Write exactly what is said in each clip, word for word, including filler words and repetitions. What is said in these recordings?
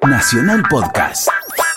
Nacional Podcast.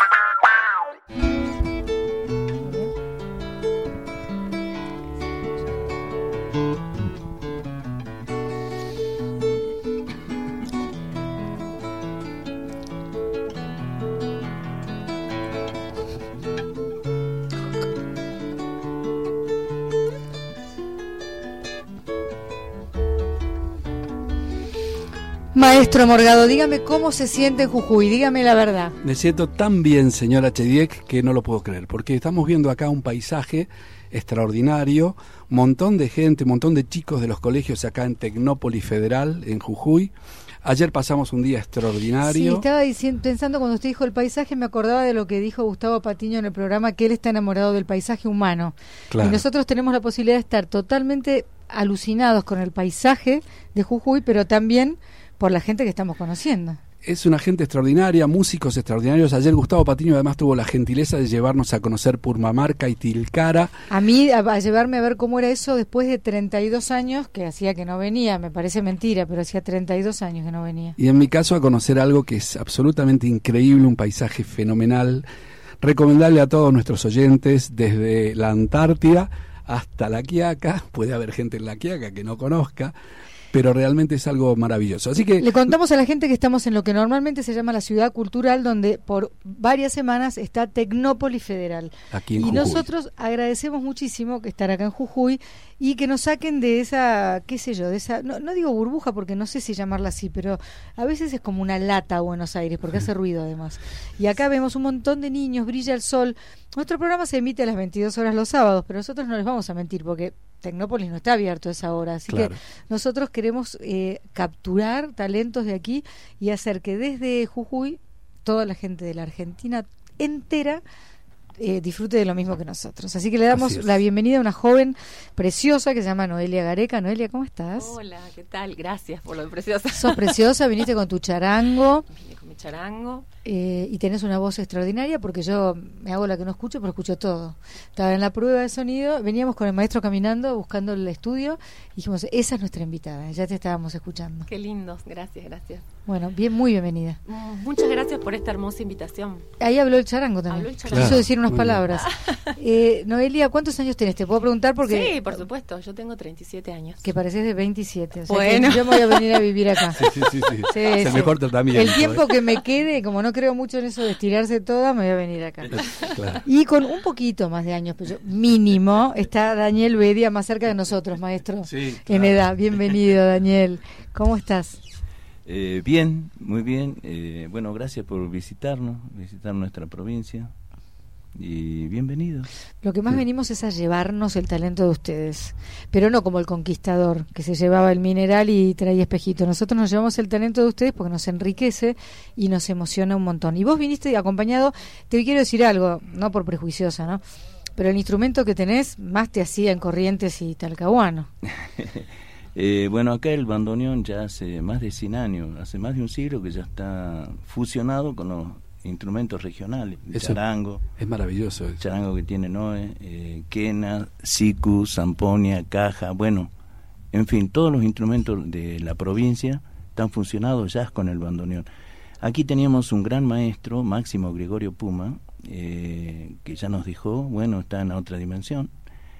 Maestro Morgado, dígame cómo se siente en Jujuy, dígame la verdad. Me siento tan bien, señora Chediek, que no lo puedo creer, porque estamos viendo acá un paisaje extraordinario, un montón de gente, un montón de chicos de los colegios acá en Tecnópolis Federal, en Jujuy. Ayer pasamos un día extraordinario. Sí, estaba diciendo, pensando cuando usted dijo el paisaje, me acordaba de lo que dijo Gustavo Patiño en el programa, que él está enamorado del paisaje humano. Claro. Y nosotros tenemos la posibilidad de estar totalmente alucinados con el paisaje de Jujuy, pero también por la gente que estamos conociendo. Es una gente extraordinaria, músicos extraordinarios. Ayer Gustavo Patiño además tuvo la gentileza de llevarnos a conocer Purmamarca y Tilcara. A mí, a, a llevarme a ver cómo era eso después de treinta y dos años, que hacía que no venía, me parece mentira, pero hacía treinta y dos años que no venía. Y en mi caso a conocer algo que es absolutamente increíble, un paisaje fenomenal, recomendable a todos nuestros oyentes, desde la Antártida hasta La Quiaca. Puede haber gente en La Quiaca que no conozca, pero realmente es algo maravilloso. Así que le contamos a la gente que estamos en lo que normalmente se llama la ciudad cultural, donde por varias semanas está Tecnópolis Federal. Aquí en y Jujuy. Nosotros agradecemos muchísimo que estar acá en Jujuy y que nos saquen de esa, qué sé yo, de esa, no, no digo burbuja porque no sé si llamarla así, pero a veces es como una lata a Buenos Aires porque hace ruido además. Y acá vemos un montón de niños, brilla el sol. Nuestro programa se emite a las veintidós horas los sábados, pero nosotros no les vamos a mentir porque Tecnópolis no está abierto a esa hora, así claro. que nosotros queremos eh, capturar talentos de aquí y hacer que desde Jujuy toda la gente de la Argentina entera eh, disfrute de lo mismo que nosotros. Así que le damos la bienvenida a una joven preciosa que se llama Noelia Gareca. Noelia, ¿cómo estás? Hola, ¿qué tal? Gracias por lo de preciosa. Sos preciosa, viniste con tu charango. Vine con mi charango. Eh, y tenés una voz extraordinaria porque yo me hago la que no escucho, pero escucho todo. Estaba en la prueba de sonido, veníamos con el maestro caminando, buscando el estudio, y dijimos, esa es nuestra invitada, ya te estábamos escuchando. Qué lindos, gracias, gracias. Bueno, bien, muy bienvenida. Muchas gracias por esta hermosa invitación. Ahí habló el charango también. Habló el charango. Quiso decir unas palabras. eh, Noelia, ¿cuántos años tenés? Te puedo preguntar porque... Sí, por supuesto, yo tengo treinta y siete años. Que pareces de veintisiete, o sea, bueno. que yo me voy a venir a vivir acá. Sí, sí, sí, sí. Sí, es el sí. mejor tratamiento. El tiempo ¿eh? que me quede, como no creo mucho en eso de estirarse toda, me voy a venir acá. Claro. Y con un poquito más de años, pero mínimo, está Daniel Bedia más cerca de nosotros, maestro, sí, claro. en edad. Bienvenido, Daniel. ¿Cómo estás? Eh, bien, muy bien. Eh, bueno, gracias por visitarnos, visitar nuestra provincia. Y bienvenidos. Lo que más sí. venimos es a llevarnos el talento de ustedes, pero no como el conquistador que se llevaba el mineral y traía espejito. Nosotros nos llevamos el talento de ustedes porque nos enriquece y nos emociona un montón. Y vos viniste acompañado, te quiero decir algo, no por prejuiciosa, ¿no? Pero el instrumento que tenés más te hacía en Corrientes y Talcahuano. eh, bueno, acá el bandoneón ya hace más de cien años, hace más de un siglo que ya está fusionado con los instrumentos regionales, el Eso charango, es maravilloso. El charango que tiene Noé, eh, quena, sicu, zamponia, caja, bueno, en fin, todos los instrumentos de la provincia están fusionados ya con el bandoneón. Aquí teníamos un gran maestro, Máximo Gregorio Puma, eh, que ya nos dejó, bueno, está en otra dimensión,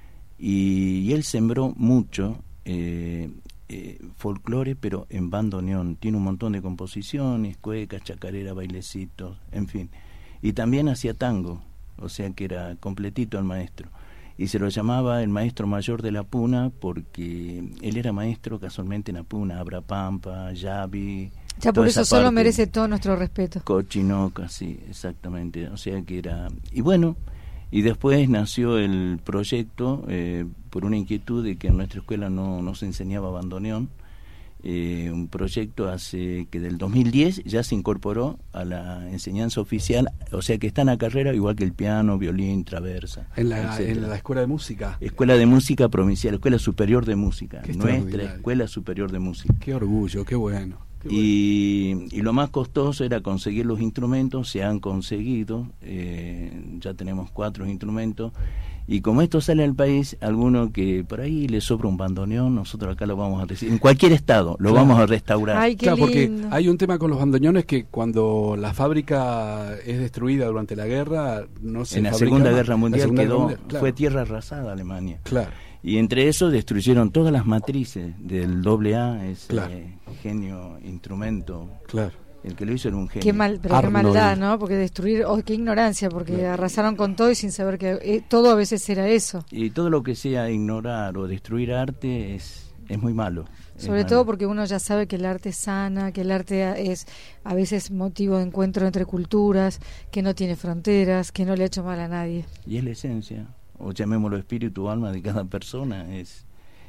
y, y él sembró mucho eh, Eh, folclore, pero en bandoneón. Tiene un montón de composiciones, cuecas, chacarera, bailecitos, en fin. Y también hacía tango, o sea que era completito el maestro. Y se lo llamaba el maestro mayor de la Puna porque él era maestro casualmente en la Puna, Abrapampa, Yavi. Ya por eso solo merece todo nuestro respeto. Cochinoca, sí, exactamente. O sea que era... Y bueno, y después nació el proyecto eh, por una inquietud de que en nuestra escuela no, no se enseñaba bandoneón. Eh, un proyecto hace que del dos mil diez ya se incorporó a la enseñanza oficial, o sea que está en la carrera igual que el piano, violín, traversa. En la, en la escuela de música. Escuela de Música Provincial, Escuela Superior de Música, nuestra Escuela Superior de Música. Qué orgullo, qué bueno. Y, y lo más costoso era conseguir los instrumentos, se han conseguido, eh, ya tenemos cuatro instrumentos, Y como esto sale al país, alguno que por ahí le sobra un bandoneón, nosotros acá lo vamos a recibir. En cualquier estado lo Claro. vamos a restaurar. Ay, qué Claro, porque lindo. hay un tema con los bandoneones que cuando la fábrica es destruida durante la guerra, no se en la fabrica Segunda más. Guerra La Mundial Segunda quedó, Guerra Mundial, claro. fue tierra arrasada Alemania. Claro. Y entre eso destruyeron todas las matrices del doble A, ese Claro. genio instrumento. Claro. El que lo hizo era un genio. Qué mal, pero qué Arnold. maldad, ¿no? Porque destruir, oh, qué ignorancia, porque arrasaron con todo y sin saber que eh, todo a veces era eso. Y todo lo que sea ignorar o destruir arte es, es muy malo. Es Sobre malo. todo porque uno ya sabe que el arte sana, que el arte es a veces motivo de encuentro entre culturas, que no tiene fronteras, que no le ha hecho mal a nadie. Y es la esencia, o llamémoslo espíritu o alma de cada persona. es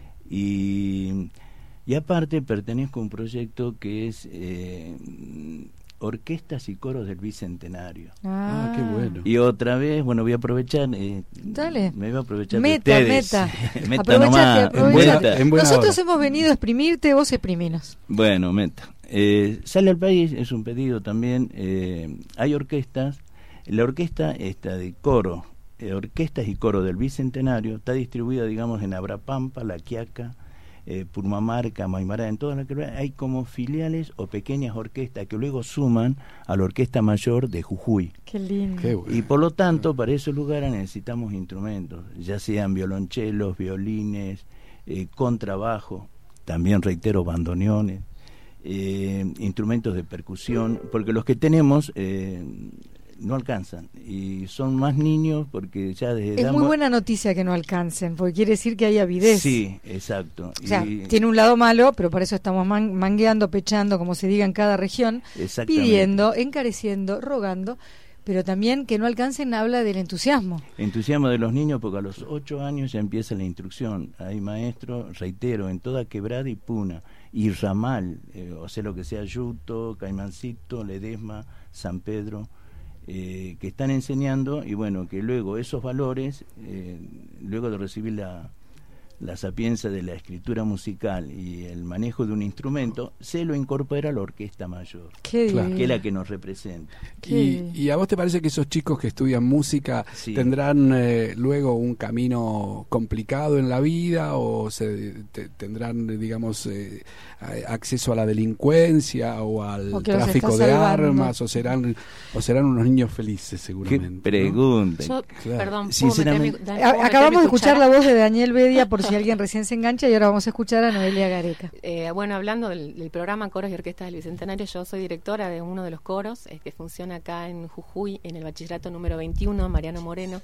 Y, y aparte pertenezco a un proyecto que es eh, Orquestas y Coros del Bicentenario. Ah, qué bueno. Y otra vez, bueno, voy a aprovechar. Eh, Dale. Me voy a aprovechar Meta, de ustedes. meta. Meta Aprovechate, nomás, aprovechate. meta. En buena Nosotros hora. hemos venido a exprimirte, vos expriminos. Bueno, meta. Eh, sale al país, es un pedido también. Eh, hay orquestas. La orquesta esta de coro, eh, orquestas y coro del Bicentenario, está distribuida, digamos, en Abrapampa, La Quiaca, eh, Purmamarca, Maimará, en toda la que hay como filiales o pequeñas orquestas que luego suman a la Orquesta Mayor de Jujuy. Qué lindo. Qué bueno. Y por lo tanto, para esos lugares necesitamos instrumentos, ya sean violonchelos, violines, eh, contrabajo, también reitero, bandoneones, eh, instrumentos de percusión, porque los que tenemos eh, no alcanzan y son más niños porque ya desde Es edad muy mu- buena noticia que no alcancen, porque quiere decir que hay avidez. Sí, exacto. O sea, Y- tiene un lado malo, pero para eso estamos man- mangueando, pechando, como se diga en cada región, Exactamente. pidiendo, encareciendo, rogando, pero también que no alcancen habla del entusiasmo. Entusiasmo de los niños porque a los ocho años ya empieza la instrucción. Hay maestros, reitero, en toda Quebrada y Puna, y Ramal, eh, o sea, lo que sea Yuto, Caimancito, Ledesma, San Pedro, eh, que están enseñando, y bueno, que luego esos valores, eh, luego de recibir la, la sapiencia de la escritura musical y el manejo de un instrumento, se lo incorpora a la orquesta mayor, Qué Claro. divino. que es la que nos representa. Y, y a vos te parece que esos chicos que estudian música Sí. tendrán eh, luego un camino complicado en la vida o se te- tendrán, digamos, eh, a- acceso a la delincuencia o al O que los tráfico está de salvando. armas o serán o serán unos niños felices Qué seguramente? ¿no? pregunta. Yo, Claro. perdón, ¿puedo Sinceramente- meter mi- A- ¿puedo meter Acabamos mi de escuchar cuchara? la voz de Daniel Bedia por si alguien recién se engancha y ahora vamos a escuchar a Noelia Gareca. Eh, bueno, hablando del, del programa Coros y Orquestas del Bicentenario, yo soy directora de uno de los coros eh, que funciona acá en Jujuy, en el bachillerato número veintiuno, Mariano Moreno.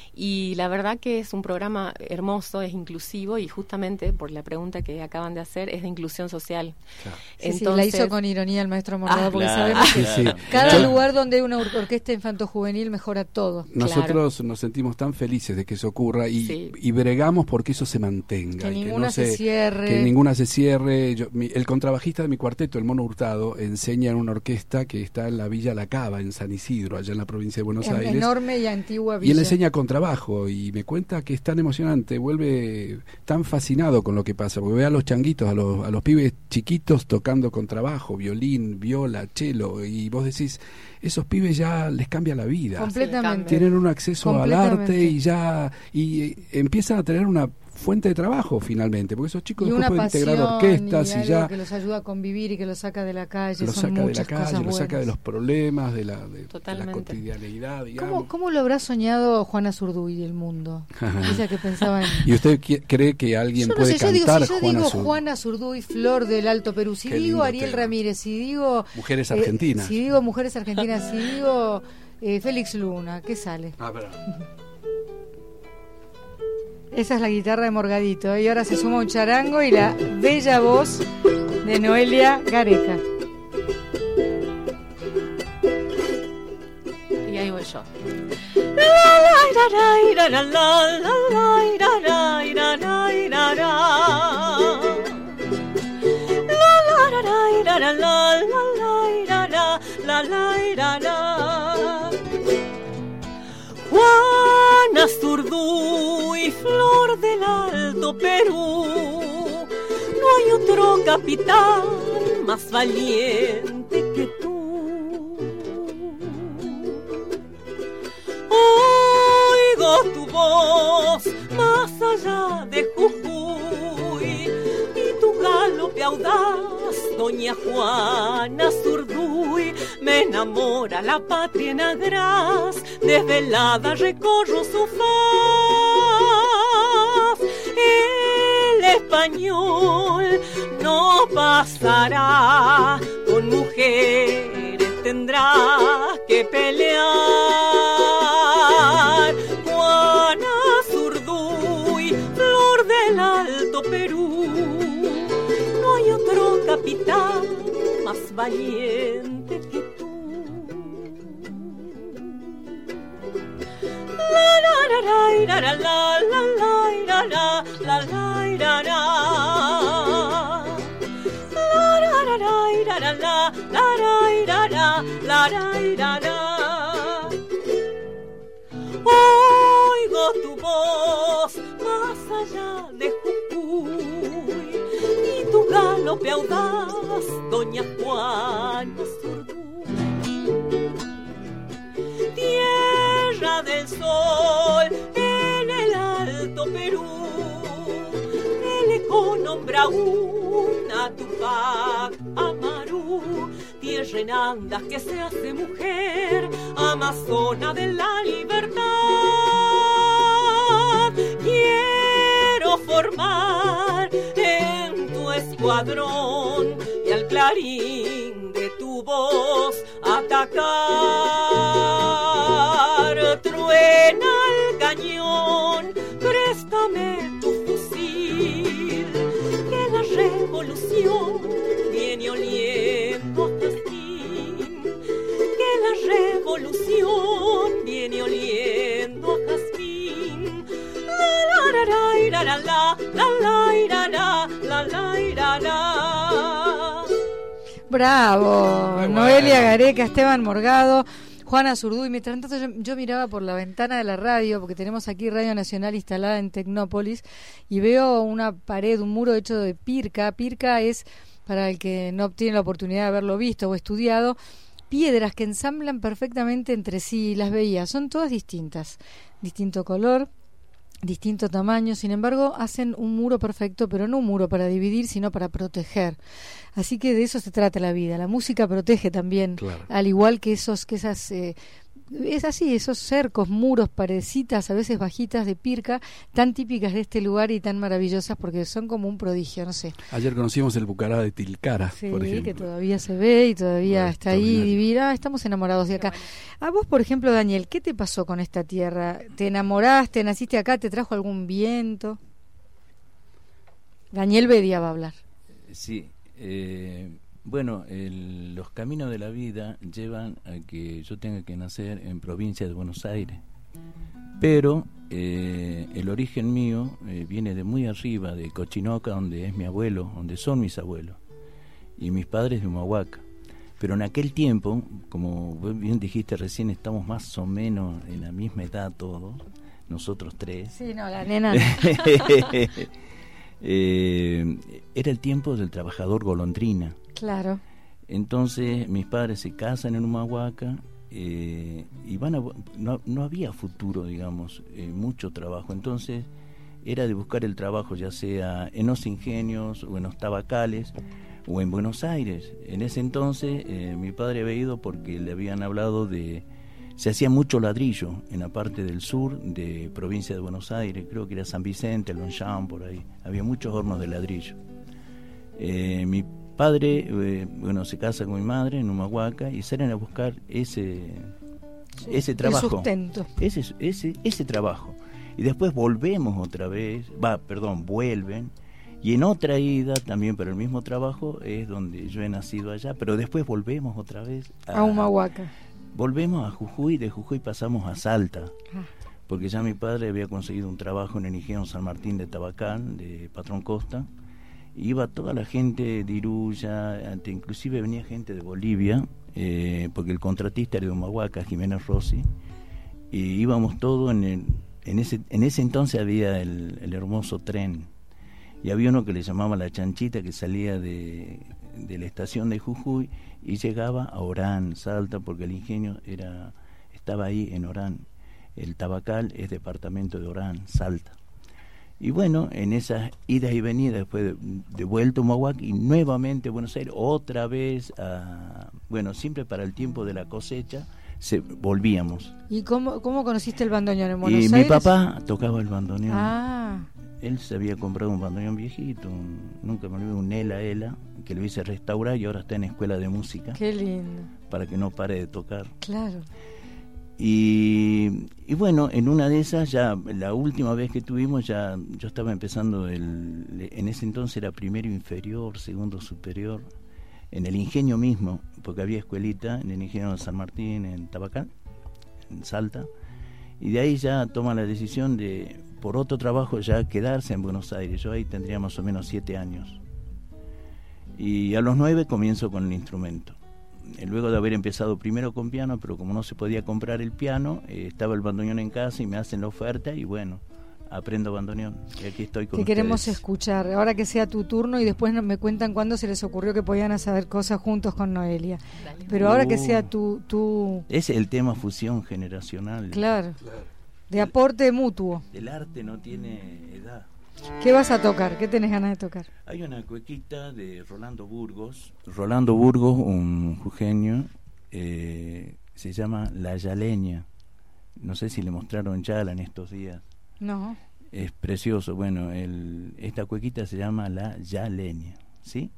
Y la verdad que es un programa hermoso, es inclusivo y justamente por la pregunta que acaban de hacer es de inclusión social. Claro. Sí, sí, la hizo con ironía el maestro Morgado Ah, porque claro, sabemos que Sí, sí. cada Yo- lugar donde hay una or- orquesta infanto-juvenil mejora todo. Nosotros nos sentimos tan felices de que eso ocurra y, Sí. y bregamos porque eso se mantenga. Que y ninguna no se cierre. Que ninguna se cierre. Yo- mi- el contrabajista de mi cuarteto, el Mono Hurtado, enseña en una orquesta que está en la Villa La Cava, en San Isidro, allá en la provincia de Buenos En- Aires. enorme y antigua Y villa. él enseña contrabajo y me cuenta que es tan emocionante, vuelve tan fascinado con lo que pasa, porque ve a los changuitos, a los, a los pibes chiquitos tocando contrabajo, violín, viola, cello, y vos decís, esos pibes ya les cambia la vida. Completamente. Tienen un acceso al Completamente. arte y ya y eh, empiezan a tener una fuente de trabajo finalmente, porque esos chicos Y después una pueden pasión integrar orquestas y, y, algo ya que los ayuda a convivir y que los saca de la calle. lo Son saca de la muchas calle, cosas lo saca de buenas. los problemas, de la, de, de la Totalmente. cotidianeidad, digamos. ¿Cómo, ¿Cómo lo habrá soñado Juana Zurduy y el mundo? Ella que pensaba en... ¿Y usted qui- cree que alguien Yo no puede sé, yo digo, cantar si yo Juana digo Zurduy? Juana Zurduy, Flor del Alto Perú, si Qué digo lindo Ariel tema. Ramírez, si digo... Mujeres eh, argentinas. si digo Mujeres Argentinas, si digo eh, Félix Luna, ¿qué sale? Ah, pero- Esa es la guitarra de Morgadito. Y ahora se suma un charango y la bella voz de Noelia Gareca. Y ahí voy yo. Juana Zurduy, flor del Alto Perú, no hay otro capitán más valiente que tú. Oigo tu voz allá de Jujuy, y tu galope audaz, doña Juana Zurduy, me enamora la patria en agraz, desvelada recorro su faz. El español no pasará, con mujeres tendrá que pelear. Juana Zurduy, flor del Alto Perú, no hay otro capitán más valiente que tú. La la la la la la la la la la la la la. La la la la la la la. Oigo tu voz más allá de Jujuy, y tu galope audaz, doña Juana Zurduy. Tierra del sol en el Alto Perú, el eco nombra una Tupac Amaru, tierra en andas que se hace mujer, amazona de la libertad. Quiero formar en tu escuadrón y al clarín de tu voz atacar. Truena el cañón, préstame tu fusil, que la revolución viene oliendo a jazmín, que la revolución viene oliendo a jazmín. La la la la la la la la la la. Bravo, Noelia Gareca, Esteban Morgado, Juana Zurduy. Mientras tanto yo, yo miraba por la ventana de la radio, porque tenemos aquí Radio Nacional instalada en Tecnópolis, y veo una pared, un muro hecho de pirca. Pirca es, para el que no tiene la oportunidad de haberlo visto o estudiado, piedras que ensamblan perfectamente entre sí. Las veía, son todas distintas, distinto color, distinto tamaño, sin embargo hacen un muro perfecto, pero no un muro para dividir, sino para proteger. Así que de eso se trata la vida. La música protege también, claro. Al igual que esos, que esas, eh, es así, esos cercos, muros, paredcitas, a veces bajitas de pirca, tan típicas de este lugar y tan maravillosas, porque son como un prodigio, no sé. Ayer conocimos el Pucará de Tilcara, sí, por ejemplo. Que todavía se ve y todavía bueno, está ahí divina. Estamos enamorados de acá. A vos, por ejemplo, Daniel, ¿qué te pasó con esta tierra? ¿Te enamoraste, naciste acá, te trajo algún viento? Daniel Bedia va a hablar. Sí, eh, bueno, el, los caminos de la vida llevan a que yo tenga que nacer en provincia de Buenos Aires, pero eh, el origen mío eh, viene de muy arriba, de Cochinoca, donde es mi abuelo, donde son mis abuelos, y mis padres de Humahuaca. Pero en aquel tiempo, como bien dijiste recién, estamos más o menos en la misma edad todos, nosotros tres. Sí, no, la nena no. eh, era el tiempo del trabajador golondrina. Claro. Entonces mis padres se casan en Humahuaca eh, y van a, no, no había futuro, digamos, eh, mucho trabajo. Entonces era de buscar el trabajo, ya sea en los ingenios o en los tabacales o en Buenos Aires. En ese entonces eh, mi padre había ido porque le habían hablado de... Se hacía mucho ladrillo en la parte del sur de provincia de Buenos Aires, creo que era San Vicente, Longchamp, por ahí. Había muchos hornos de ladrillo. Eh, mi padre, eh, bueno, se casa con mi madre en Humahuaca y salen a buscar ese, sí, ese trabajo. El sustento. Ese, ese, ese trabajo. Y después volvemos otra vez, va, perdón, vuelven. Y en otra ida también para el mismo trabajo es donde yo he nacido allá, pero después volvemos otra vez a, a Humahuaca. Volvemos a Jujuy, de Jujuy pasamos a Salta, ah. porque ya mi padre había conseguido un trabajo en el ingenio San Martín de Tabacán, de Patrón Costa. Iba toda la gente de Iruya, inclusive venía gente de Bolivia, eh, porque el contratista era de Humahuaca, Jiménez Rossi, y íbamos todos en el, en ese en ese entonces había el, el hermoso tren, y había uno que le llamaba La Chanchita, que salía de, de la estación de Jujuy y llegaba a Orán, Salta, porque el ingenio era estaba ahí en Orán. El Tabacal es departamento de Orán, Salta. Y bueno, en esas idas y venidas, después de, de vuelta a Humahuaca y nuevamente a Buenos Aires, otra vez, a, bueno, siempre para el tiempo de la cosecha, se, volvíamos. ¿Y cómo, cómo conociste el bandoneón en Buenos y Aires? Mi papá tocaba el bandoneón. Ah. Él se había comprado un bandoneón viejito, un, nunca me olvidé, un Ela Ela, que lo hice restaurar y ahora está en escuela de música. Qué lindo. Para que no pare de tocar. Claro. Y, y bueno, en una de esas, ya la última vez que tuvimos, ya yo estaba empezando, el, en ese entonces era primero inferior, segundo superior, en el ingenio mismo, porque había escuelita en el ingenio de San Martín, en Tabacán, en Salta, y de ahí ya toma la decisión de, por otro trabajo, ya quedarse en Buenos Aires. Yo ahí tendría más o menos siete años. Y a los nueve comienzo con el instrumento. Luego de haber empezado primero con piano, pero como no se podía comprar el piano, eh, estaba el bandoneón en casa y me hacen la oferta y bueno, aprendo bandoneón y aquí estoy con Te queremos ustedes. escuchar, ahora que sea tu turno y después me cuentan cuándo se les ocurrió que podían hacer cosas juntos con Noelia. Dale. Pero ahora Uh, que sea tu... tu... Ese es el tema fusión generacional. Claro, Claro. de aporte mutuo. El arte no tiene edad. ¿Qué vas a tocar? ¿Qué tenés ganas de tocar? Hay una cuequita de Rolando Burgos. Rolando Burgos, un jujeño, eh, se llama La Yaleña. No sé si le mostraron Yala en estos días. No. Es precioso. Bueno, el, esta cuequita se llama La Yaleña, ¿sí?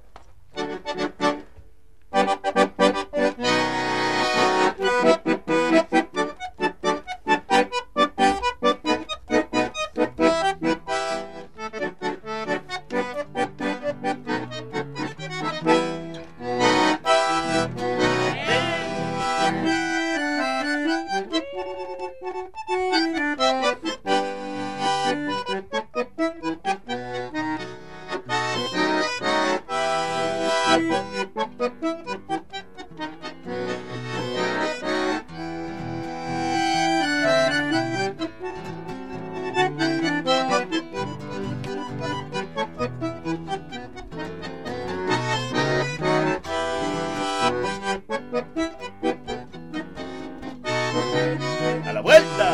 ¡A la vuelta!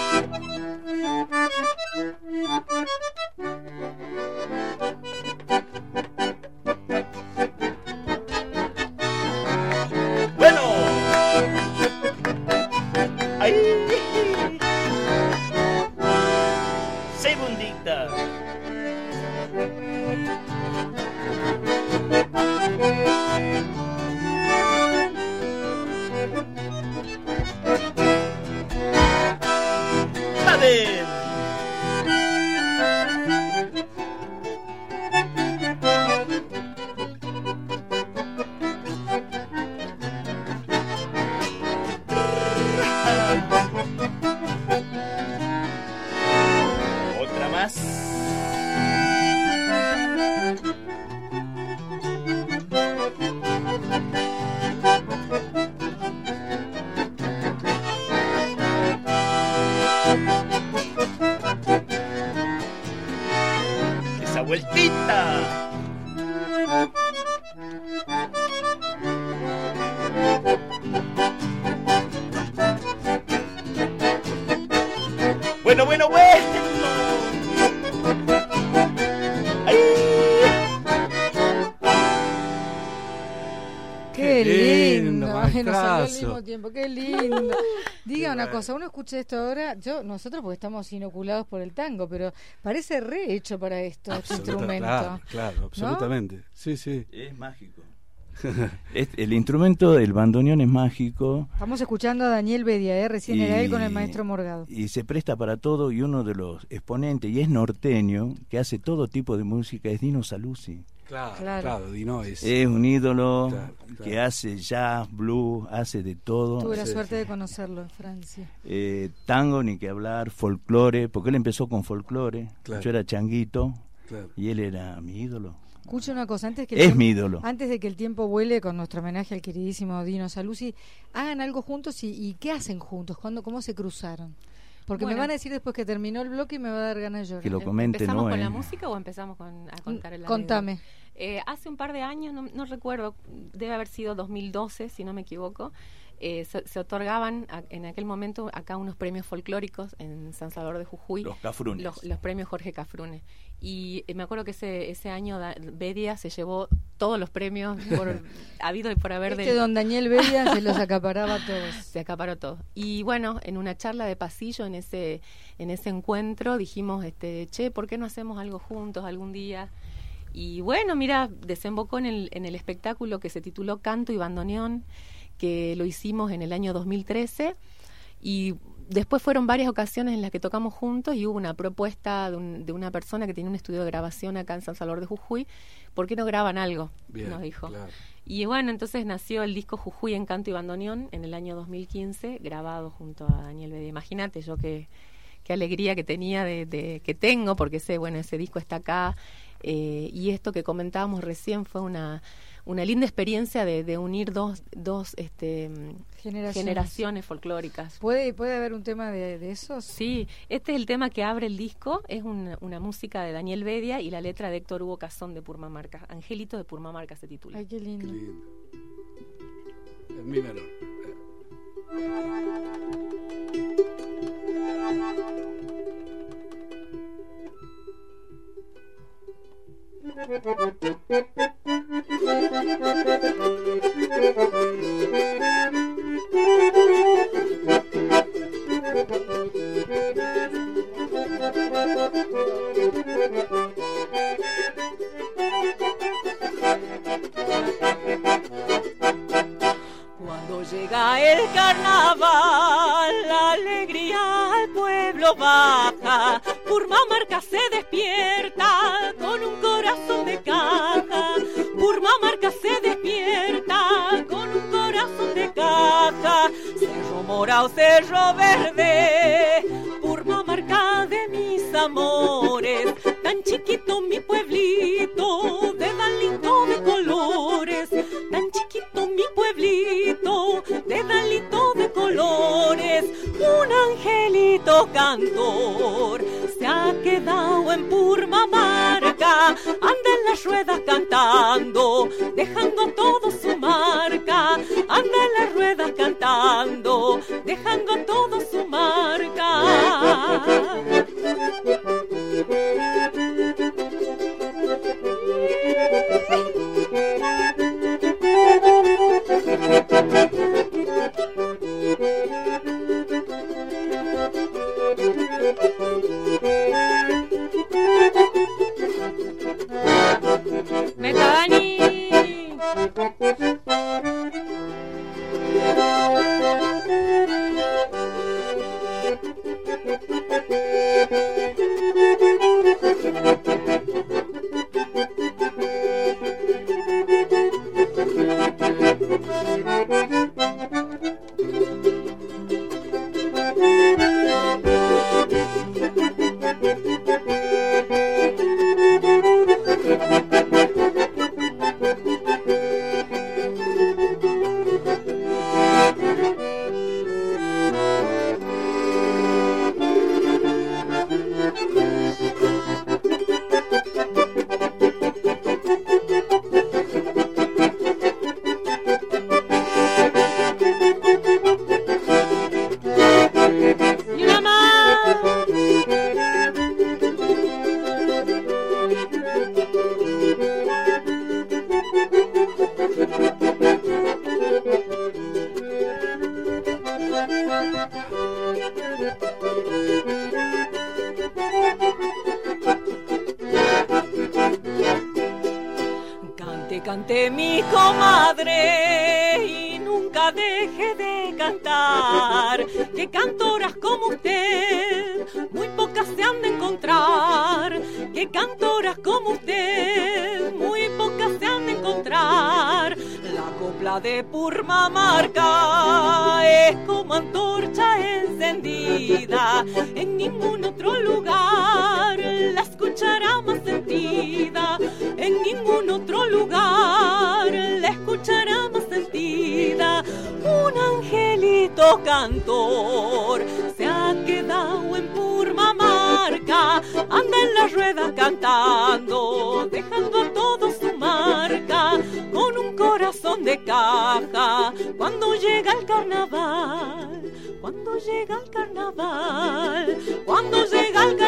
Bueno. Ahí. Segundita. A ver. Otra más. Esa vueltita. Bueno, bueno, bueno. ¡Ay! ¡Qué Qué lindo! lindo, Ay, nos salió al maestrazo. mismo tiempo, ¡qué lindo! Diga Qué una bueno. cosa, uno escucha esto ahora, yo nosotros porque estamos inoculados por el tango, pero parece re hecho para esto, este Absoluta- instrumento. Claro, claro, absolutamente. Sí, sí. Es mágico. Es- el instrumento del bandoneón es mágico. Estamos escuchando a Daniel Bedia, ¿eh? Recién era él con el maestro Morgado. Y se presta para todo, y uno de los exponentes, y es norteño, que hace todo tipo de música, es Dino Saluzzi. Claro, Claro. claro, Dino es. Es un ídolo Claro, claro. que hace jazz, blues, hace de todo. Tuve la sí, suerte sí. de conocerlo en Francia. Eh, tango, ni que hablar, folclore, porque él empezó con folclore. Claro. Yo era changuito Claro. y él era mi ídolo. Escucha una cosa, antes que el Es tiempo- mi ídolo. antes de que el tiempo vuele, con nuestro homenaje al queridísimo Dino Saluzzi, hagan algo juntos y, y ¿qué hacen juntos? ¿Cuándo, ¿Cómo se cruzaron? Porque Bueno. me van a decir después que terminó el bloque y me va a dar ganas de llorar. Que lo comente, ¿Empezamos ¿no? con eh? la música o empezamos con, a contar el Contame. Eh, hace un par de años, no, no recuerdo, debe haber sido dos mil doce, si no me equivoco, eh, se, se otorgaban a, en aquel momento acá unos premios folclóricos en San Salvador de Jujuy. Los Cafrunes. Los, los premios Jorge Cafrune. Y eh, me acuerdo que ese ese año da, Bedia se llevó todos los premios por habido y por haber. Este de, don Daniel Bedia se los acaparaba a todos. Se acaparó todo. Y bueno, en una charla de pasillo, en ese en ese encuentro, dijimos, este, che, ¿por qué no hacemos algo juntos algún día? Y bueno, mira, desembocó en el, en el espectáculo que se tituló Canto y Bandoneón, que lo hicimos en el año dos mil trece, y después fueron varias ocasiones en las que tocamos juntos y hubo una propuesta de, un, de una persona que tiene un estudio de grabación acá en San Salvador de Jujuy, ¿por qué no graban algo? Bien, nos dijo. claro. Y bueno, entonces nació el disco Jujuy en Canto y Bandoneón en el año dos mil quince, grabado junto a Daniel Bedia. Imagínate yo qué, qué alegría que tenía, de, de que tengo, porque ese, bueno, ese disco está acá. Eh, y esto que comentábamos recién fue una, una linda experiencia de, de unir dos, dos este, Generaciones. generaciones folclóricas. ¿Puede, ¿Puede haber un tema de, de esos? Sí, este es el tema que abre el disco, es una, una música de Daniel Bedia y la letra de Héctor Hugo Cazón de Purmamarca. Angelito de Purmamarca se titula. Ay, qué lindo. Qué lindo. En mi menor. Cuando llega el carnaval, la alegría al pueblo baja. Purmamarca se despierta con un corazón de caja. Purmamarca se despierta con un corazón de caja. Cerro Morao, Cerro Verde, Purmamarca de mis amores. Tan chiquito mi pueblito, de tan lindo de colores. Tan chiquito mi pueblito, de tan lindo de colores. Un angelito cantor se ha quedado en Purmamarca, anda en las ruedas cantando, dejando todo su marca. Anda en las ruedas cantando, dejando todo su marca. ¡Metadani! ¡Y una más! Cante, cante mi comadre y nunca deje de cantar, que cantoras como usted muy pocas se han de encontrar, que cantoras como usted muy pocas se han de encontrar. La copla de Purmamarca es como antorcha encendida, en ningún otro lugar la escuchará más sentida, en ningún otro lugar la escuchará más sentida. Un angelito cantor se ha quedado en Purmamarca, anda en las ruedas cantando, dejando a todos su mar. son de caja. Cuando llega el carnaval, cuando llega el carnaval, cuando llega el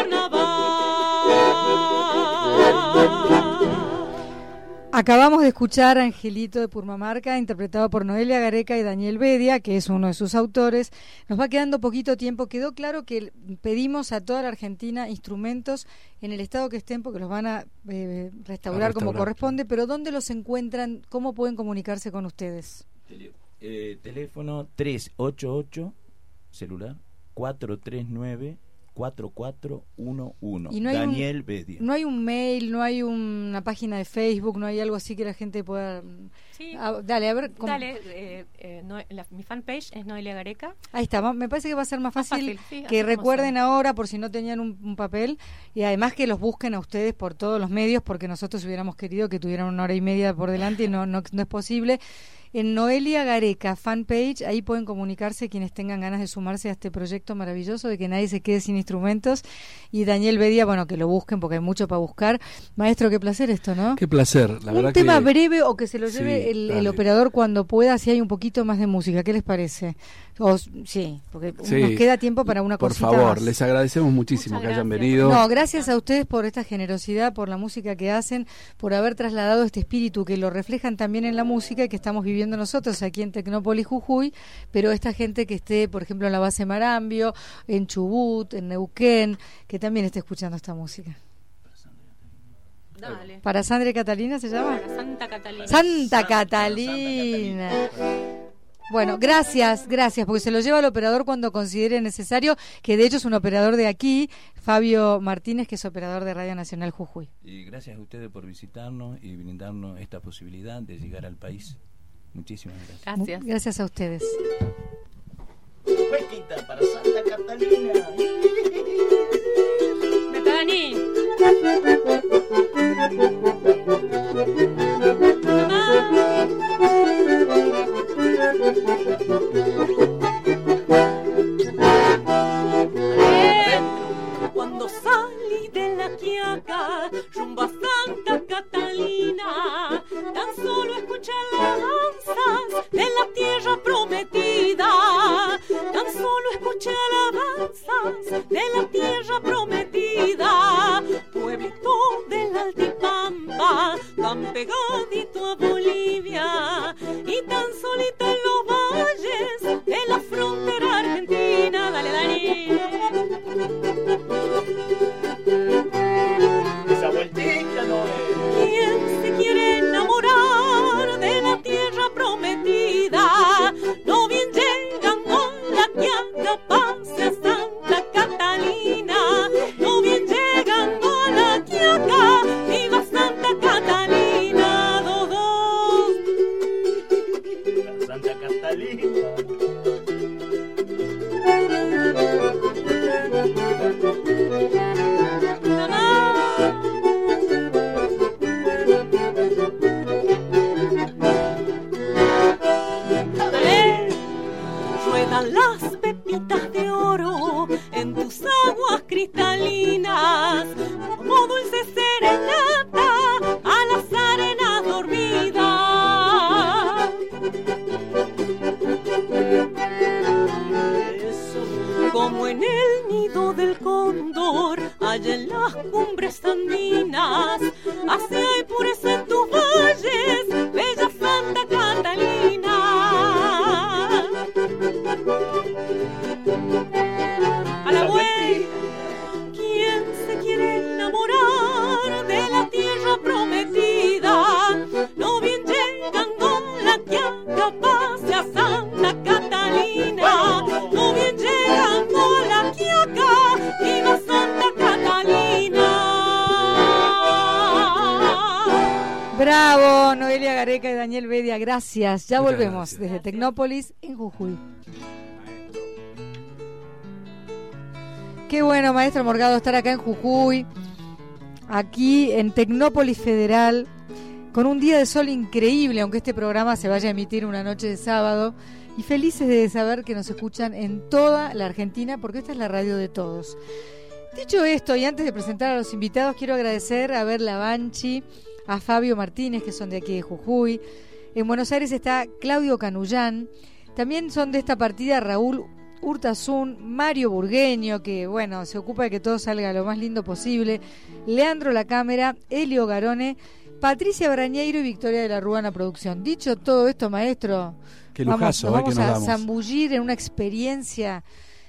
carnaval. Acabamos de escuchar a Angelito de Purmamarca, interpretado por Noelia Gareca y Daniel Bedia, que es uno de sus autores. Nos va quedando poquito tiempo. Quedó claro que pedimos a toda la Argentina instrumentos en el estado que estén, porque los van a, eh, restaurar, a restaurar como corresponde. Pero ¿dónde los encuentran? ¿Cómo pueden comunicarse con ustedes? Tele, eh, teléfono tres ocho ocho, celular cuatro tres nueve, cuatro cuatro uno uno. ¿Y no hay Daniel un, Bedia. No hay un mail, no hay una página de Facebook, no hay algo así que la gente pueda... Sí. Ah, dale, a ver. ¿Cómo? Dale, eh, eh, no, la, mi fanpage es Noelia Gareca. Ahí está, me parece que va a ser más fácil, más fácil sí, que recuerden ahora, por si no tenían un, un papel, y además que los busquen a ustedes por todos los medios, porque nosotros hubiéramos querido que tuvieran una hora y media por delante y no, no, no es posible. En Noelia Gareca fanpage, ahí pueden comunicarse quienes tengan ganas de sumarse a este proyecto maravilloso de que nadie se quede sin instrumentos. Y Daniel Bedia, bueno, que lo busquen porque hay mucho para buscar. Maestro, qué placer esto, ¿no? Qué placer, la un verdad. Un tema que... breve o que se lo lleve sí, el, el operador cuando pueda, si hay un poquito más de música. ¿Qué les parece? O, sí, porque sí, nos queda tiempo para una por cosita Por favor, más. Les agradecemos muchísimo Muchas que hayan gracias. venido. No, gracias a ustedes por esta generosidad, por la música que hacen, por haber trasladado este espíritu que lo reflejan también en la música que estamos viviendo nosotros aquí en Tecnópolis, Jujuy, pero esta gente que esté, por ejemplo, en la base Marambio, en Chubut, en Neuquén, que también esté escuchando esta música. Dale. ¿Para Sandra y Catalina se llama? Para Santa Catalina. Santa Catalina. Bueno, gracias, gracias, porque se lo lleva al operador cuando considere necesario, que de hecho es un operador de aquí, Fabio Martínez, que es operador de Radio Nacional Jujuy. Y gracias a ustedes por visitarnos y brindarnos esta posibilidad de llegar al país. Muchísimas gracias. Gracias. Gracias a ustedes. Huequita para Santa Catalina. Betani. Cuando salí de la Quiaca rumbo a Santa Catalina, tan solo escuché alabanzas de la tierra prometida. Tan solo escuché alabanzas de la tierra prometida. Pueblito del Altipampa, tan pegadito a Bolivia, y tan solito en los valles de la frontera argentina. Dale, Dani. Esa vueltita no es. ¿Quién se quiere enamorar de la tierra prometida? No bien llegando la Quiaca, pase a Santa Catalina. No bien llegando a la Quiaca, viva Santa Catalina. Dos, dos. Para Santa Catalina. Ruedan las pepitas de oro en tus aguas cristalinas, como dulce serenata a las arenas dormidas. Como en el nido del cóndor, allá en las cumbres andinas, hacia y pureza en tus valles, bella Santa Catalina. A la vuelta, ¿quién se quiere enamorar de la tierra prometida? No bien llegando la Quiaca, pase a Santa Catalina. No bien llegando a la Quiaca, viva Santa Catalina. Bravo, Noelia Gareca y Daniel Bedia, gracias. Ya Muchas volvemos gracias. desde Tecnópolis en Jujuy. Qué bueno, maestro Morgado, estar acá en Jujuy, aquí en Tecnópolis Federal, con un día de sol increíble, aunque este programa se vaya a emitir una noche de sábado, y felices de saber que nos escuchan en toda la Argentina, porque esta es la radio de todos. Dicho esto, y antes de presentar a los invitados, quiero agradecer a Berla Banchi, a Fabio Martínez, que son de aquí de Jujuy, En Buenos Aires está Claudio Canullán. También son de esta partida Raúl Urtasun, Mario Burgueño, que bueno, se ocupa de que todo salga lo más lindo posible, Leandro La Cámara, Elio Garone, Patricia Brañeiro y Victoria de la Rúa en la producción. Dicho todo esto, maestro, Qué vamos, lujazo, nos eh, vamos que nos a damos. zambullir en una experiencia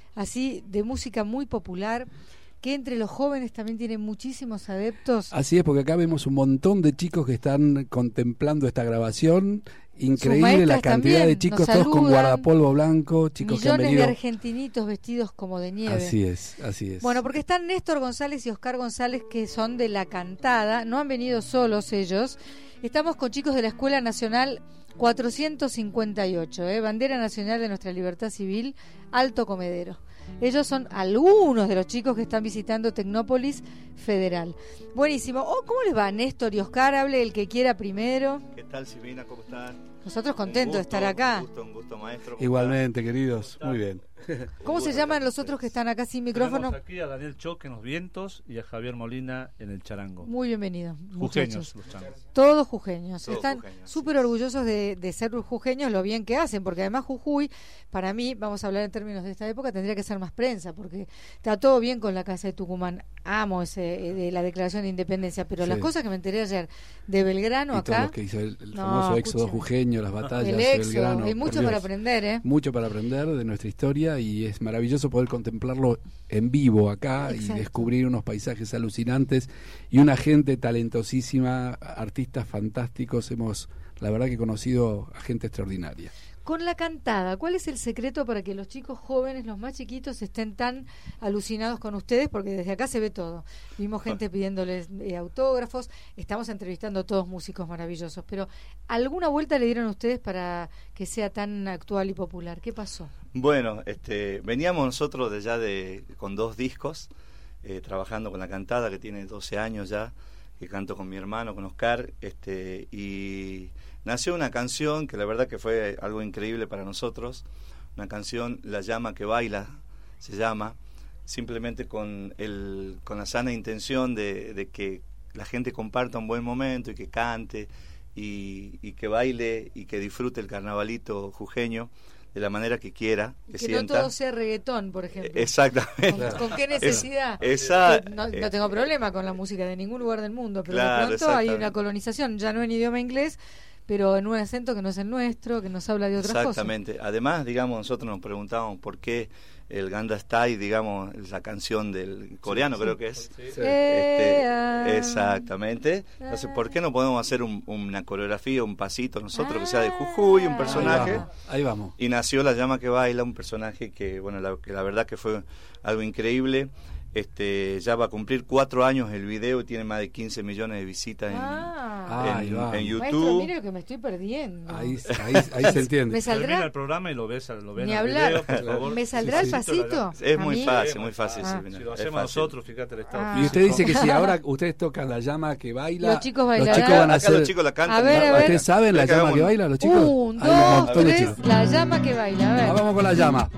así de música muy popular, que entre los jóvenes también tiene muchísimos adeptos. Así es, porque acá vemos un montón de chicos que están contemplando esta grabación. Increíble maestras la cantidad también de chicos, nos todos con saludan. guardapolvo blanco, chicos que han Millones de venido. argentinitos vestidos como de nieve. Así es, así es. Bueno, porque están Néstor González y Oscar González, que son de La Cantada, no han venido solos ellos. Estamos con chicos de la Escuela Nacional cuatrocientos cincuenta y ocho, ¿eh? Bandera Nacional de Nuestra Libertad Civil, Alto Comedero. Ellos son algunos de los chicos que están visitando Tecnópolis Federal. Buenísimo. Oh, ¿cómo les va, Néstor y Oscar? Hable el que quiera primero. ¿Qué tal, Silvina? ¿Cómo están? Nosotros contentos de estar acá. Un gusto, un gusto, maestro. ¿Cómo Igualmente, queridos, muy bien. ¿Cómo se llaman los otros que están acá sin micrófono? Tenemos aquí a Daniel Choque en los vientos y a Javier Molina en el charango. Muy bienvenidos, muchachos. Jujeños los changos. Todos jujeños. Todos Están jujeños, súper sí. orgullosos de, de ser jujeños, lo bien que hacen, porque además Jujuy, para mí, vamos a hablar en términos de esta época, tendría que ser más prensa, porque está todo bien con la Casa de Tucumán. Amo ese eh, de la Declaración de Independencia, pero Sí. las cosas que me enteré ayer de Belgrano Y todo acá, lo que hizo el, el No, famoso éxodo escúchame. jujeño, las batallas el de éxodo, Belgrano. hay mucho por para Dios. aprender, ¿eh? Mucho para aprender de nuestra historia y es maravilloso poder contemplarlo en vivo acá Exacto. y descubrir unos paisajes alucinantes y una gente talentosísima, artistas fantásticos. Hemos, la verdad, que conocido a gente extraordinaria. Con La Cantada, ¿cuál es el secreto para que los chicos jóvenes, los más chiquitos, estén tan alucinados con ustedes? Porque desde acá se ve todo. Vimos gente pidiéndoles eh, autógrafos, estamos entrevistando a todos músicos maravillosos, pero ¿alguna vuelta le dieron a ustedes para que sea tan actual y popular? ¿Qué pasó? Bueno, este, veníamos nosotros de ya de con dos discos, eh, trabajando con La Cantada, que tiene doce años ya, que canto con mi hermano, con Oscar, este, y nació una canción que la verdad que fue algo increíble para nosotros, una canción, La Llama que Baila, se llama, simplemente con el con la sana intención de, de que la gente comparta un buen momento y que cante y, y que baile y que disfrute el carnavalito jujeño de la manera que quiera, que, Que sienta. no todo sea reggaetón, por ejemplo. Exactamente. ¿Con, con qué necesidad? Esa, Que no, no tengo problema con la música de ningún lugar del mundo, pero Claro, de pronto hay exactamente. una colonización, ya no en idioma inglés, pero en un acento que no es el nuestro, que nos habla de otras cosas. Exactamente. Además, digamos, nosotros nos preguntábamos por qué el Ganda Style, digamos, la canción del coreano, Sí, creo que es. Eh, Este, ah, exactamente. Entonces, ¿por qué no podemos hacer un- una coreografía, un pasito nosotros que sea de Jujuy, un Ah. personaje? Ahí vamos. Ahí vamos. Y nació La Llama que Baila, un personaje que, bueno, la, que la verdad que fue algo increíble. Este, ya va a cumplir cuatro años el video y tiene más de quince millones de visitas en, Ah. Ahí en, va. en Maestro, YouTube. mire lo que me estoy perdiendo. Ahí, ahí, ahí se entiende. ¿Me Termina saldrá? el programa y lo ves, lo ven Ni en el hablar. video, por favor. ¿Me saldrá Sí, el sí. pasito? Es ¿A muy mí? fácil, muy fácil. Ah. Silvina, Si lo es hacemos fácil. nosotros, fíjate el estado Ah. Y usted dice que si ahora ustedes tocan La Llama que Baila, Los chicos los bailarán. chicos van a Acá hacer... los chicos la cantan. A ver, a ver. ¿Ustedes saben La ¿Querés que Llama que hagamos Baila, los chicos? Un, Hay un dos, montón de tres, chicos. La Llama que Baila. A ver. Ah, vamos con La Llama.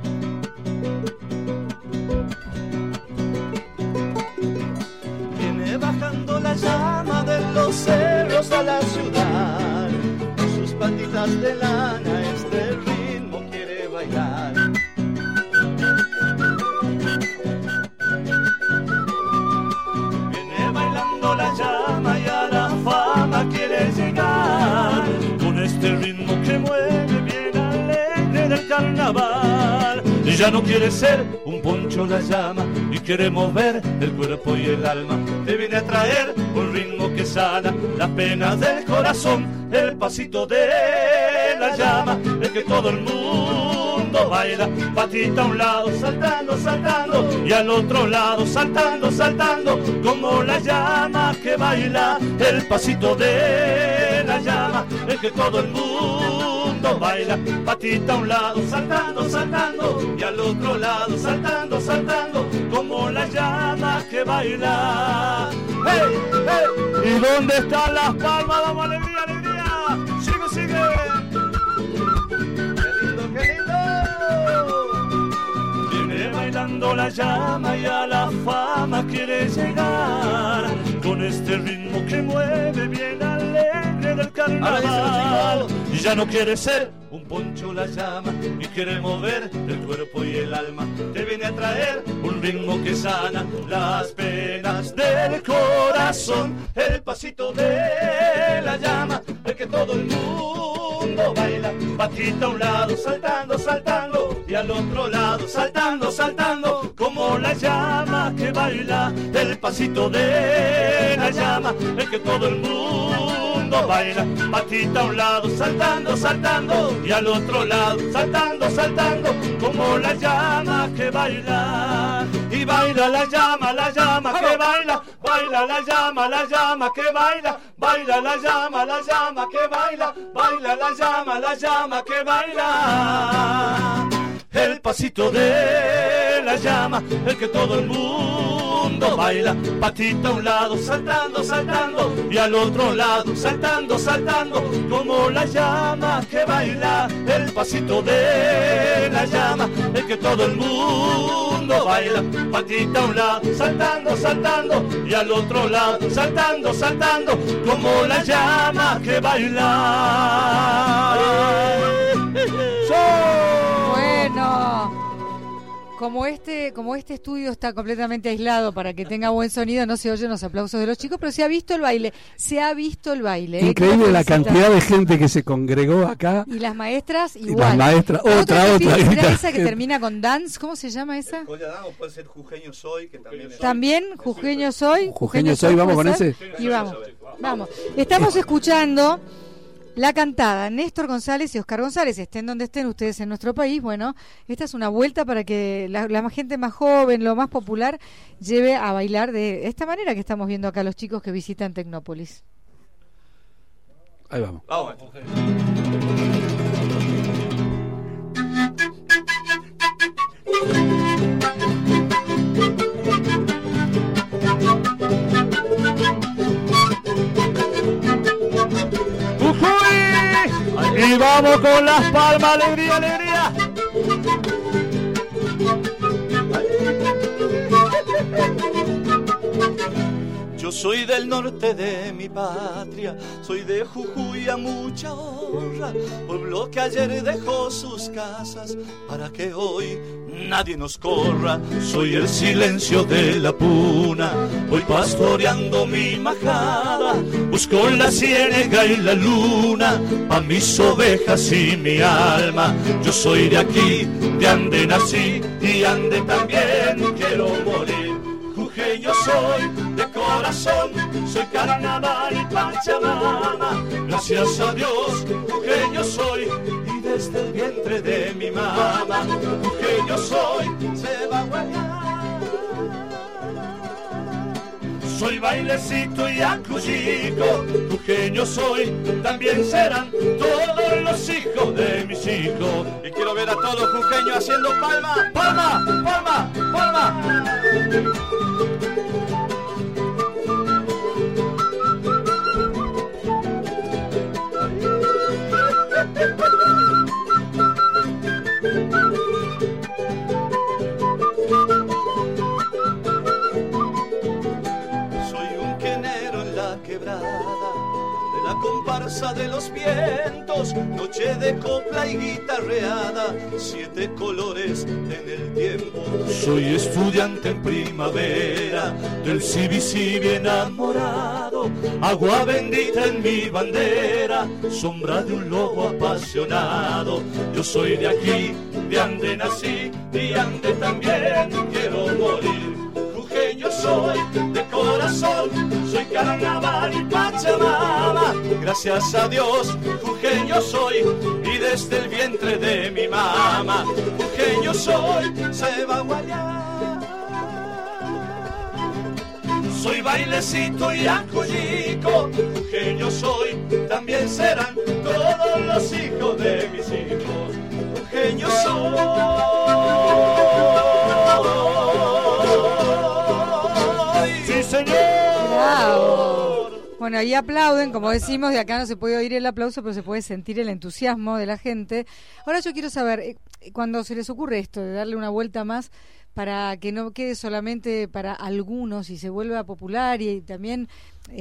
Viene bajando la llama de los cerros a la ciudad. Con sus patitas de lana este ritmo quiere bailar. Viene bailando la llama y a la fama quiere llegar. Con este ritmo que mueve bien alegre del carnaval. Y ya no quiere ser un poncho la llama y quiere mover el cuerpo y el alma. Te viene a traer un ritmo que sana las penas del corazón. El pasito de la llama, el que todo el mundo baila. Patita a un lado, saltando, saltando, y al otro lado, saltando, saltando, como la llama que baila. El pasito de la llama, el que todo el mundo baila. Patita a un lado, saltando, saltando, y al otro lado, saltando, saltando, como la llama que baila. ¡Hey, hey! ¿Y dónde están las palmas? Vamos, alegría, alegría. Sigue, sigue. ¡Qué lindo, qué lindo! Viene bailando la llama y a la fama quiere llegar. Con este ritmo que mueve bien alegre del carnaval. ya no quiere ser un poncho la llama y quiere mover el cuerpo y el alma, que viene a traer un ritmo que sana las penas del corazón, el pasito de la llama, el que todo el mundo baila, patita a un lado, saltando, saltando, y al otro lado, saltando, saltando, como la llama que baila, el pasito de la llama, el que todo el mundo baila, patita a un lado, saltando, saltando, y al otro lado, saltando, saltando, como la llama que baila, y baila la llama, la llama que baila, baila la llama, la llama que baila, baila la llama, la llama que baila, baila la llama, la llama que baila, el pasito de la llama, el que todo el mundo baila, patita a un lado, saltando, saltando, y al otro lado, saltando, saltando, como la llama que baila, el pasito de la llama, el que todo el mundo baila, patita a un lado, saltando, saltando, y al otro lado, saltando, saltando, como la llama que baila. Bueno, como este, como este estudio está completamente aislado para que tenga buen sonido, no se oyen los aplausos de los chicos, pero se ha visto el baile, se ha visto el baile. Increíble ¿eh? la cantidad de gente que se congregó acá. Y las maestras igual. Y las maestras, otra, otra. ¿Era otra. esa que termina con dance? ¿Cómo se llama esa? O puede ser Jujeño Soy, que también es... También, Jujeño Soy. Jujeño Soy, vamos con ese. Y vamos, vamos. Estamos escuchando la cantada Néstor González y Oscar González, estén donde estén ustedes en nuestro país. Bueno, esta es una vuelta para que la, la gente más joven, lo más popular, lleve a bailar de esta manera que estamos viendo acá los chicos que visitan Tecnópolis. Ahí vamos. Vamos. Y vamos con las palmas, alegría, alegría. Yo soy del norte de mi patria, soy de Jujuy a mucha honra, pueblo que ayer dejó sus casas para que hoy nadie nos corra. Soy el silencio de la puna, voy pastoreando mi majada, busco la ciénega y la luna, pa' mis ovejas y mi alma. Yo soy de aquí, de ande nací y ande también quiero morir. Jujeño soy de corazón, soy carnaval y pachamama, gracias a Dios, jujeño soy, y desde el vientre de mi mamá, jujeño soy, se va a guayar. Soy bailecito y acuyico, jujeño soy, también serán todos los hijos de mis hijos. Y quiero ver a todos jujeños haciendo palma, palma, palma, palma. Comparsa de los vientos, noche de copla y guitarreada, siete colores en el tiempo. Soy estudiante en primavera, del cibi cibi enamorado, agua bendita en mi bandera, sombra de un lobo apasionado. Yo soy de aquí, de ande nací, y ande también quiero morir. Jujeño soy, de corazón, soy carnaval y pachamama, gracias a Dios, jujeño soy, y desde el vientre de mi mamá, jujeño soy, se va a guayar. Soy bailecito y acuyico, jujeño soy, también serán todos los hijos de mis hijos, jujeño soy. ¡Sí, señor! Bravo. Bueno, ahí aplauden, como decimos, de acá no se puede oír el aplauso, pero se puede sentir el entusiasmo de la gente. Ahora yo quiero saber, eh, cuando se les ocurre esto, de darle una vuelta más, para que no quede solamente para algunos y se vuelva popular y también eh,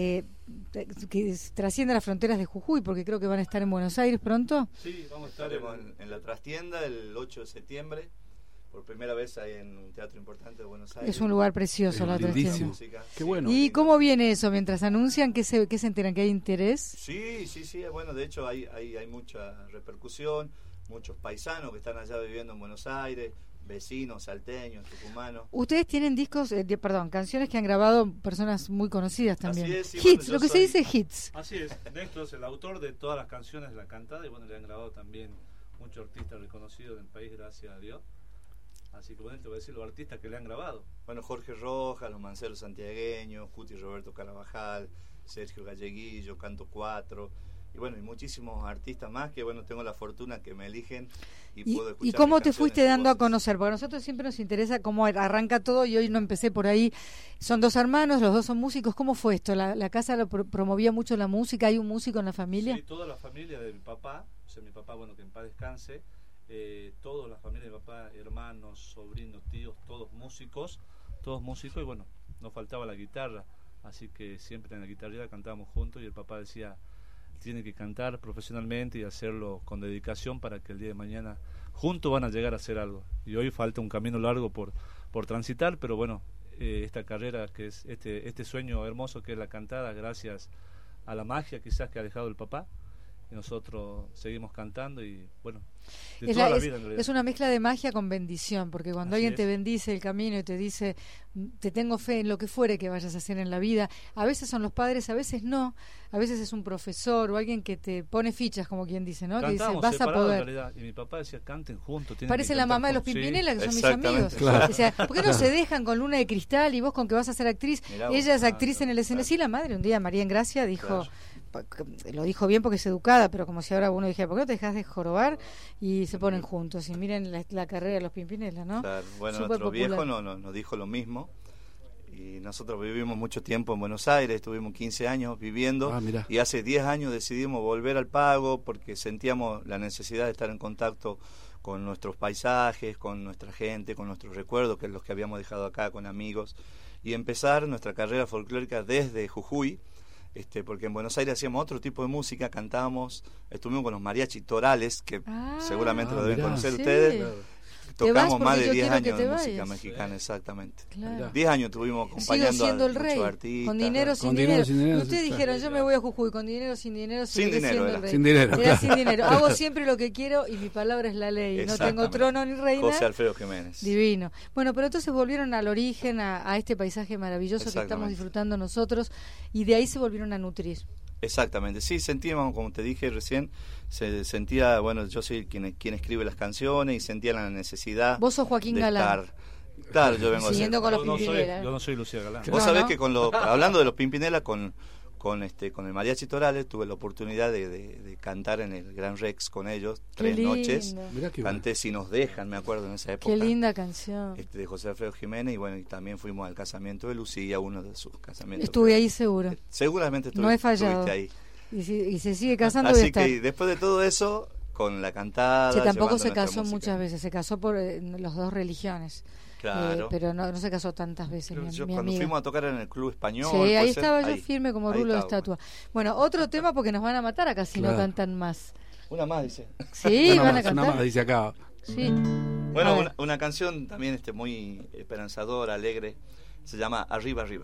que trascienda las fronteras de Jujuy, porque creo que van a estar en Buenos Aires pronto. Sí, vamos a estar en, en la trastienda el ocho de septiembre, por primera vez ahí en un teatro importante de Buenos Aires. Es un lugar precioso, la trastienda. Qué bueno. ¿Y cómo viene eso? Mientras anuncian, ¿qué se, qué se enteran? ¿Que hay interés? Sí, sí, sí, bueno, de hecho hay, hay, hay mucha repercusión, muchos paisanos que están allá viviendo en Buenos Aires, vecinos, salteños, tucumanos. Ustedes tienen discos, eh, de, perdón, canciones que han grabado personas muy conocidas también. Así es, sí, hits, bueno, lo que soy, se dice hits. Así es, Néstor es el autor de todas las canciones de la cantada y bueno, le han grabado también muchos artistas reconocidos del país, gracias a Dios. Así que bueno, te voy a decir los artistas que le han grabado. Bueno, Jorge Rojas, los Manceros Santiagueños, Cuti Roberto Carabajal, Sergio Galleguillo, Canto cuatro, y bueno, y muchísimos artistas más que bueno, tengo la fortuna que me eligen y, y puedo escuchar. ¿Y cómo te canciones fuiste y dando voces. a conocer? Porque a nosotros siempre nos interesa cómo arranca todo y hoy no empecé por ahí. Son dos hermanos, los dos son músicos. ¿Cómo fue esto? ¿La, la casa lo pro promovía mucho la música? ¿Hay un músico en la familia? Sí, toda la familia de mi papá, o sea, mi papá, bueno, que en paz descanse, eh, toda la familia de mi papá, hermanos, sobrinos, tíos, todos músicos, todos músicos y bueno, nos faltaba la guitarra, así que siempre en la guitarrera cantábamos juntos y el papá decía, tiene que cantar profesionalmente y hacerlo con dedicación para que el día de mañana juntos van a llegar a hacer algo. Y hoy falta un camino largo por, por transitar, pero bueno, eh, esta carrera que es este, este sueño hermoso que es la cantada, gracias a la magia quizás que ha dejado el papá, y nosotros seguimos cantando y bueno, de es, toda la, la es, vida en realidad. Es una mezcla de magia con bendición, porque cuando Así alguien es. te bendice el camino y te dice, te tengo fe en lo que fuere que vayas a hacer en la vida, a veces son los padres, a veces no, a veces es un profesor o alguien que te pone fichas, como quien dice, ¿no? Que dice, Cantábamos vas a separados, poder. en realidad, y mi papá decía, canten juntos. tienen Parece que la cantar mamá de los juntos". Sí. Pimpinela, que son mis exactamente, amigos. claro. O sea, ¿por qué no se dejan con Luna de Cristal y vos con que vas a ser actriz? Mirá vos. Ella es Ah, actriz en el escenario. claro. Sí, la madre, un día María en Gracia dijo, Claro. lo dijo bien porque es educada, pero como si ahora uno dijera, ¿por qué no te dejas de jorobar? Y se ponen juntos. Y miren la, la carrera de los Pimpinela, ¿no? Claro. Bueno, Súper nuestro popular. viejo nos no, nos dijo lo mismo. Y nosotros vivimos mucho tiempo en Buenos Aires, estuvimos quince años viviendo Ah, mirá. y hace diez años decidimos volver al Pago porque sentíamos la necesidad de estar en contacto con nuestros paisajes, con nuestra gente, con nuestros recuerdos, que es los que habíamos dejado acá, con amigos, y empezar nuestra carrera folclórica desde Jujuy, este, porque en Buenos Aires hacíamos otro tipo de música, cantábamos, estuvimos con los mariachi torales, que Ah, seguramente Ah, lo deben mirá. conocer sí. ustedes. Claro. Te vas Tocamos porque más de yo diez quiero que años te de música vayas. mexicana, exactamente. Claro. diez años estuvimos Sigo acompañando siendo a el rey, muchos artistas. con dinero, sin Con dinero. dinero, sin dinero, Y ustedes sí, dijeron, claro. yo me voy a Jujuy, con dinero, sin dinero, Sin seguiré dinero siendo era. el rey. Sin dinero, Era claro. sin dinero. Hago siempre lo que quiero y mi palabra es la ley. No tengo Exactamente. trono ni reina. José Alfredo Jiménez. Divino. Bueno, pero entonces volvieron al origen, a, a este paisaje maravilloso que estamos Exactamente. disfrutando nosotros, y de ahí se volvieron a nutrir. Exactamente, sí, sentíamos, como te dije recién, se sentía, bueno, yo soy quien, quien escribe las canciones y sentía la necesidad Vos sos Joaquín de Galán. estar. Claro, yo vengo Siguiendo a con ser. los Yo no, soy, Pimpinela. yo no soy Lucía Galán. Vos No, sabés no. que con lo, hablando de los Pimpinela, con, con este con el Mariachi Torales, tuve la oportunidad de, de, de cantar en el Gran Rex con ellos, Qué tres lindo. noches. Mirá qué Canté Si nos dejan, me acuerdo en esa época. Qué linda canción. Este, de José Alfredo Jiménez, y bueno, y también fuimos al casamiento de Lucía, uno de sus casamientos. Estuve creo. ahí seguro. Seguramente estuve, No he fallado. estuviste ahí. Y, si- y se sigue casando, voy a Así estar. que después de todo eso, con la cantada. Que tampoco llevando se nuestra casó música. muchas veces, se casó por eh, las dos religiones. Claro. Eh, pero no, no se casó tantas veces, Yo- mi, yo mi cuando amiga. fuimos a tocar en el Club Español. Sí, puede ahí ser, estaba yo ahí. firme como Ahí rulo de estaba, estatua. Bueno, otro tema porque nos van a matar acá si Claro. no cantan más. Una más, dice. Sí, Una van a más, una cantar. más, dice acá. Sí. Bueno, A ver. una, una canción también este muy esperanzadora, alegre. Se llama Arriba, Arriba.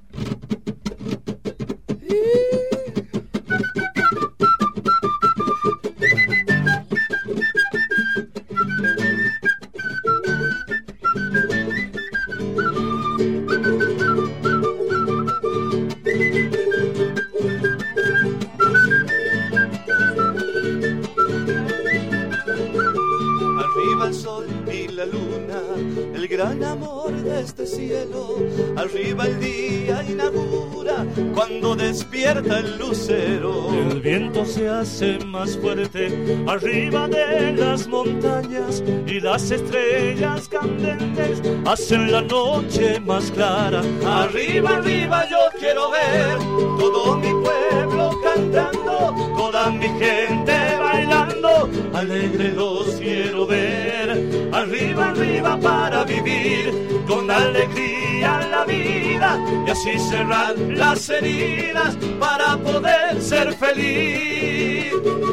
Arriba el sol y la luna, el gran amor de este cielo. Arriba el día inaugura cuando despierta el lucero. El viento se hace más fuerte arriba de las montañas y las estrellas candentes hacen la noche más clara. Arriba, arriba yo quiero ver todo mi pueblo cantando, Toda mi gente bailando, alegre los quiero ver. Arriba, arriba para vivir con con alegría la vida y así cerrar las heridas para poder ser feliz.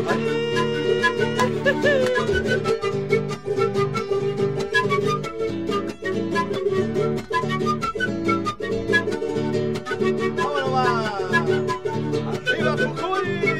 ¡Vámonos, va! ¡Arriba, Jujuy!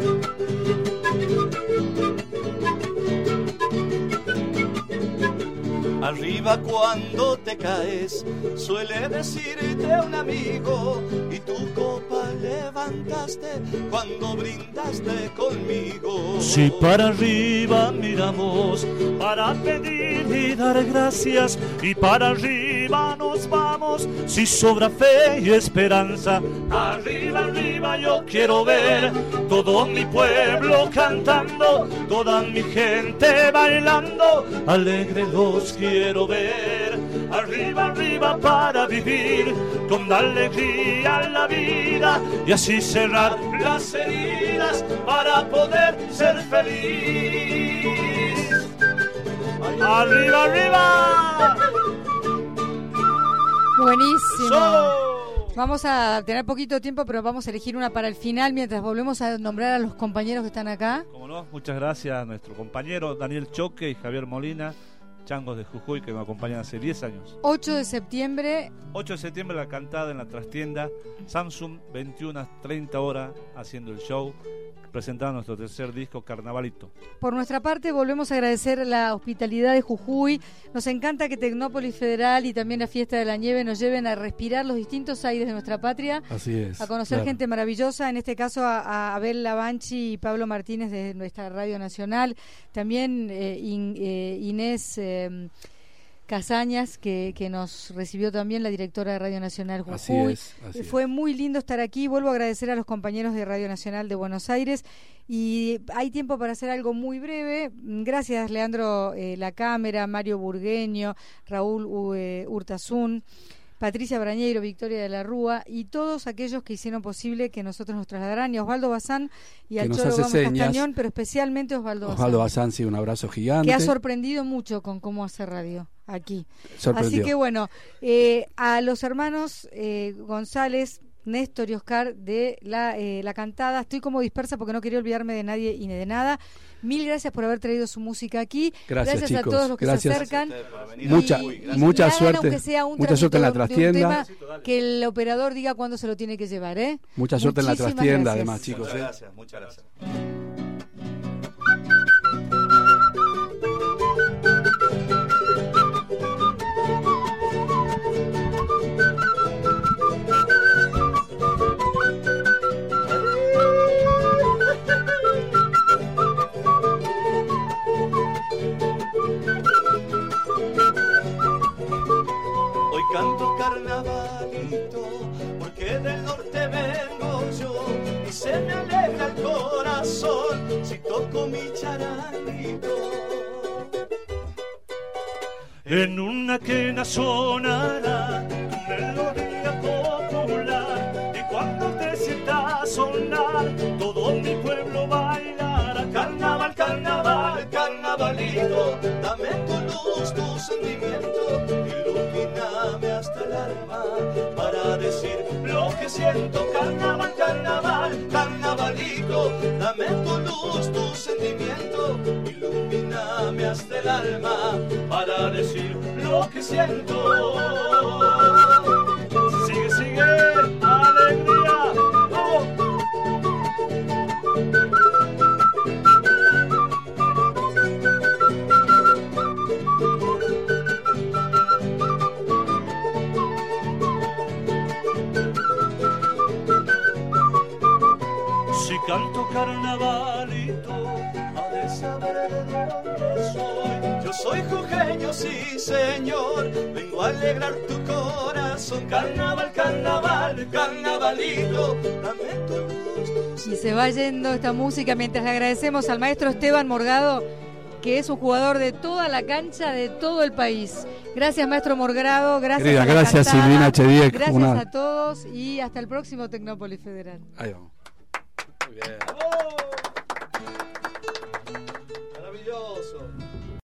Arriba cuando te caes, suele decirte un amigo, y tu copa levantaste cuando brindaste conmigo. Si para arriba miramos, para pedir y dar gracias, y para arriba nos vamos, si sobra fe y esperanza. Arriba, arriba yo quiero ver todo mi pueblo cantando, toda mi gente bailando, alegre los quiero ver. Arriba, arriba para vivir con alegría la vida y así cerrar las heridas para poder ser feliz. Arriba, arriba. Buenísimo. ¡Eso! Vamos a tener poquito tiempo, pero vamos a elegir una para el final mientras volvemos a nombrar a los compañeros que están acá. Como no, muchas gracias a nuestro compañero Daniel Choque y Javier Molina, changos de Jujuy, que me acompañan hace diez años. ocho de septiembre. ocho de septiembre la cantada en la trastienda Samsung, veintiuna a treinta horas, haciendo el show, presentando nuestro tercer disco, Carnavalito. Por nuestra parte, volvemos a agradecer la hospitalidad de Jujuy. Nos encanta que Tecnópolis Federal y también la Fiesta de la Nieve nos lleven a respirar los distintos aires de nuestra patria. Así es. A conocer claro. gente maravillosa, en este caso a, a Abel Lavanchi y Pablo Martínez de nuestra Radio Nacional. También eh, in, eh, Inés eh, Casañas, que, que nos recibió también, la directora de Radio Nacional Jujuy. Así es, así Fue es. muy lindo estar aquí. Vuelvo a agradecer a los compañeros de Radio Nacional de Buenos Aires. Y hay tiempo para hacer algo muy breve. Gracias, Leandro eh, La Cámara, Mario Burgueño, Raúl eh, Urtasun, Patricia Brañeiro, Victoria de la Rúa y todos aquellos que hicieron posible que nosotros nos trasladaran, y a Osvaldo Bazán y Que al nos Cholo hace Gómez señas. Castañón, pero especialmente Osvaldo, Osvaldo Bazán, Bazán, sí, un abrazo gigante. que ha sorprendido mucho con cómo hace radio aquí. Sorprendió. Así que bueno, eh, a los hermanos eh, González, Néstor y Oscar de la, eh, la cantada, estoy como dispersa porque no quería olvidarme de nadie y de nada. Mil gracias por haber traído su música aquí. Gracias, gracias chicos. a todos los que Gracias. se acercan. Mucha, Y- mucha y hagan, suerte. aunque sea un Mucha suerte en la tramito de un trastienda. tema, que el operador diga cuándo se lo tiene que llevar, ¿eh? Mucha suerte en la Muchísimas trastienda, gracias. además, chicos. Muchas ¿eh? gracias, muchas gracias. Hoy canto carnavalito porque del norte vengo yo y se me alegra el corazón si toco mi charanguito. En una quena sonará tu melodía popular y cuando te sientas sonar todo mi pueblo bailará. Carnaval, carnaval, carnavalito, dame tu luz, tu sentimiento, ilumíname hasta el alma para decir lo que siento. Carnaval, carnaval, carnavalito, dame tu luz, tu sentimiento, ilumíname hasta el alma para decir lo que siento. Sigue, sigue, alegría. ¡Oh! Si canto carnavalito, Ha de saber de dónde soy. Yo soy jujeño, sí señor, vengo a alegrar tu corazón. Carnaval, carnaval, carnavalito, dame tu luz. Y se va yendo esta música mientras le agradecemos al maestro Esteban Morgado, que es un jugador de toda la cancha, de todo el país. Gracias, maestro Morgado, gracias Querida, a la gracias, cantada, Silvina Chediek, gracias una- a todos y hasta el próximo Tecnópolis Federal. Ahí vamos. Muy bien. Maravilloso.